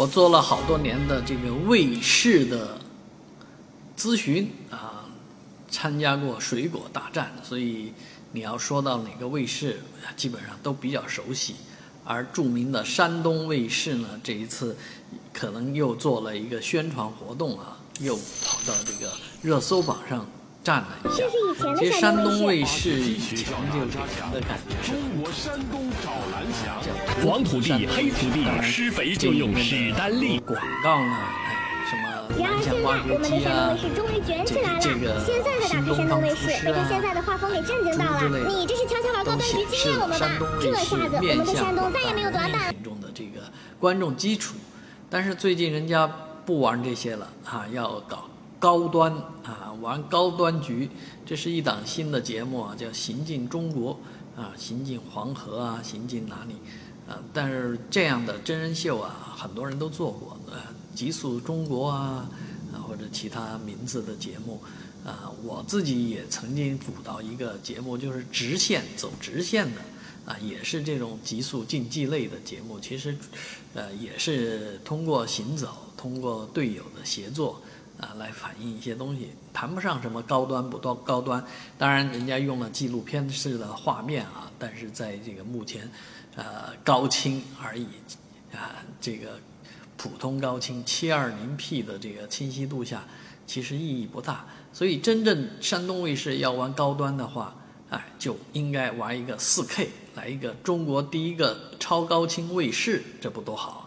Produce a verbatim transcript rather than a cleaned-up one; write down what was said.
我做了好多年的这个卫视的咨询啊，参加过水果大战，所以你要说到哪个卫视，基本上都比较熟悉。而著名的山东卫视呢，这一次可能又做了一个宣传活动啊，又跑到这个热搜榜上站了一下。其实山东卫视以前就给人的感觉是中国山东找蓝翔， 黄土地、黑土地，施肥就用史丹利。 广告呢，哎，什么蓝翔挖掘机啊，这这个新东方厨师啊， 现在的画风给震惊到了。你这是悄悄玩高端局惊艳我们吧？这下子我们的山东再也没有短板。 群众的这个观众基础，但是最近人家不玩这些了啊，要搞高端啊，玩高端局。这是一档新的节目啊，叫《行进中国》啊，行进黄河啊，行进哪里啊？但是这样的真人秀啊，很多人都做过，呃，极速中国啊，啊或者其他名字的节目啊，我自己也曾经辅导一个节目，就是直线走直线的。啊，也是这种极速竞技类的节目，其实，呃，也是通过行走，通过队友的协作，啊，来反映一些东西，谈不上什么高端不高高端。当然，人家用了纪录片式的画面啊，但是在这个目前，呃，高清而已，啊，这个普通高清 七二零 P 的这个清晰度下，其实意义不大。所以，真正山东卫视要玩高端的话，哎，就应该玩一个 四 K， 来一个中国第一个超高清卫视，这不多好。